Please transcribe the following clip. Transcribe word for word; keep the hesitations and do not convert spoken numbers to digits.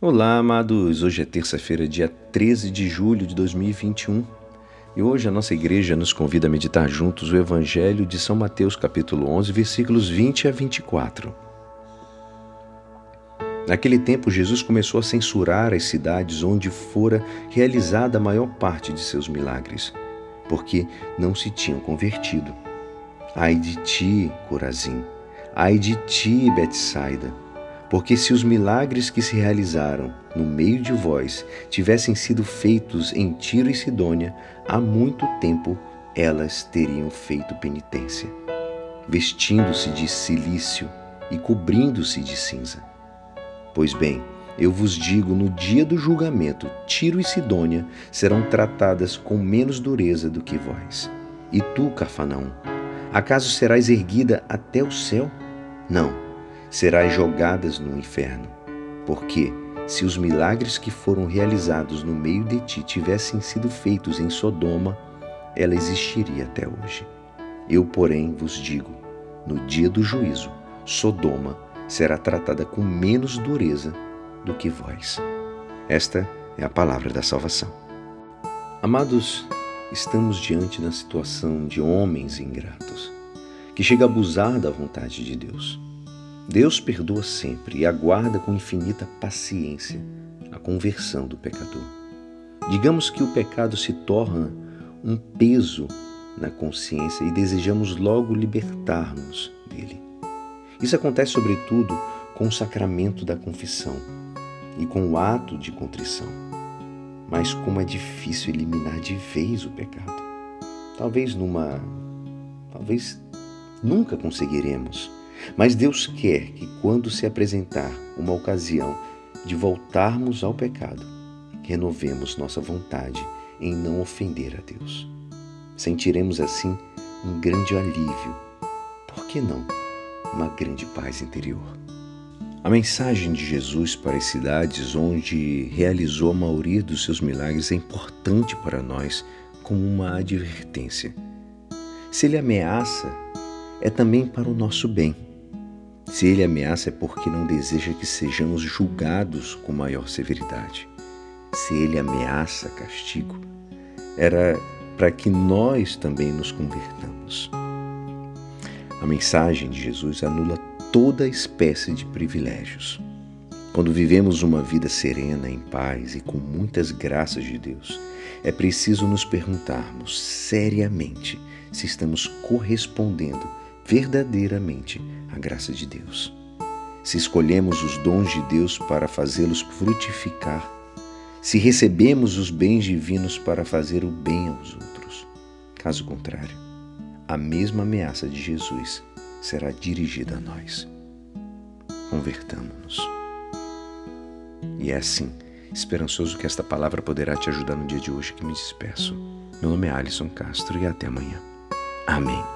Olá, amados! Hoje é terça-feira, dia treze de julho de dois mil e vinte e um, e hoje a nossa igreja nos convida a meditar juntos o Evangelho de São Mateus, capítulo onze, versículos vinte a vinte e quatro. Naquele tempo, Jesus começou a censurar as cidades onde fora realizada a maior parte de seus milagres, porque não se tinham convertido. Ai de ti, Corazim! Ai de ti, Betsaida! Porque se os milagres que se realizaram no meio de vós tivessem sido feitos em Tiro e Sidônia, há muito tempo elas teriam feito penitência, vestindo-se de cilício e cobrindo-se de cinza. Pois bem, eu vos digo, no dia do julgamento, Tiro e Sidônia serão tratadas com menos dureza do que vós. E tu, Cafarnaum, acaso serás erguida até o céu? Não. Serás jogadas no inferno, porque se os milagres que foram realizados no meio de ti tivessem sido feitos em Sodoma, ela existiria até hoje. Eu, porém, vos digo, no dia do juízo, Sodoma será tratada com menos dureza do que vós. Esta é a palavra da salvação. Amados, estamos diante da situação de homens ingratos, que chegam a abusar da vontade de Deus. Deus perdoa sempre e aguarda com infinita paciência a conversão do pecador. Digamos que o pecado se torna um peso na consciência e desejamos logo libertar-nos dele. Isso acontece sobretudo com o sacramento da confissão e com o ato de contrição. Mas como é difícil eliminar de vez o pecado. Talvez numa... Talvez nunca conseguiremos. Mas Deus quer que, quando se apresentar uma ocasião de voltarmos ao pecado, renovemos nossa vontade em não ofender a Deus. Sentiremos assim um grande alívio, por que não uma grande paz interior? A mensagem de Jesus para as cidades onde realizou a maioria dos seus milagres é importante para nós como uma advertência. Se Ele ameaça, é também para o nosso bem. Se Ele ameaça é porque não deseja que sejamos julgados com maior severidade. Se Ele ameaça castigo, era para que nós também nos convertamos. A mensagem de Jesus anula toda espécie de privilégios. Quando vivemos uma vida serena, em paz e com muitas graças de Deus, é preciso nos perguntarmos seriamente se estamos correspondendo verdadeiramente à graça de Deus. Se escolhemos os dons de Deus para fazê-los frutificar, se recebemos os bens divinos para fazer o bem aos outros. Caso contrário, a mesma ameaça de Jesus será dirigida a nós. Convertamo-nos. E é assim, esperançoso que esta palavra poderá te ajudar no dia de hoje, que me despeço. Meu nome é Alisson Castro e até amanhã. Amém.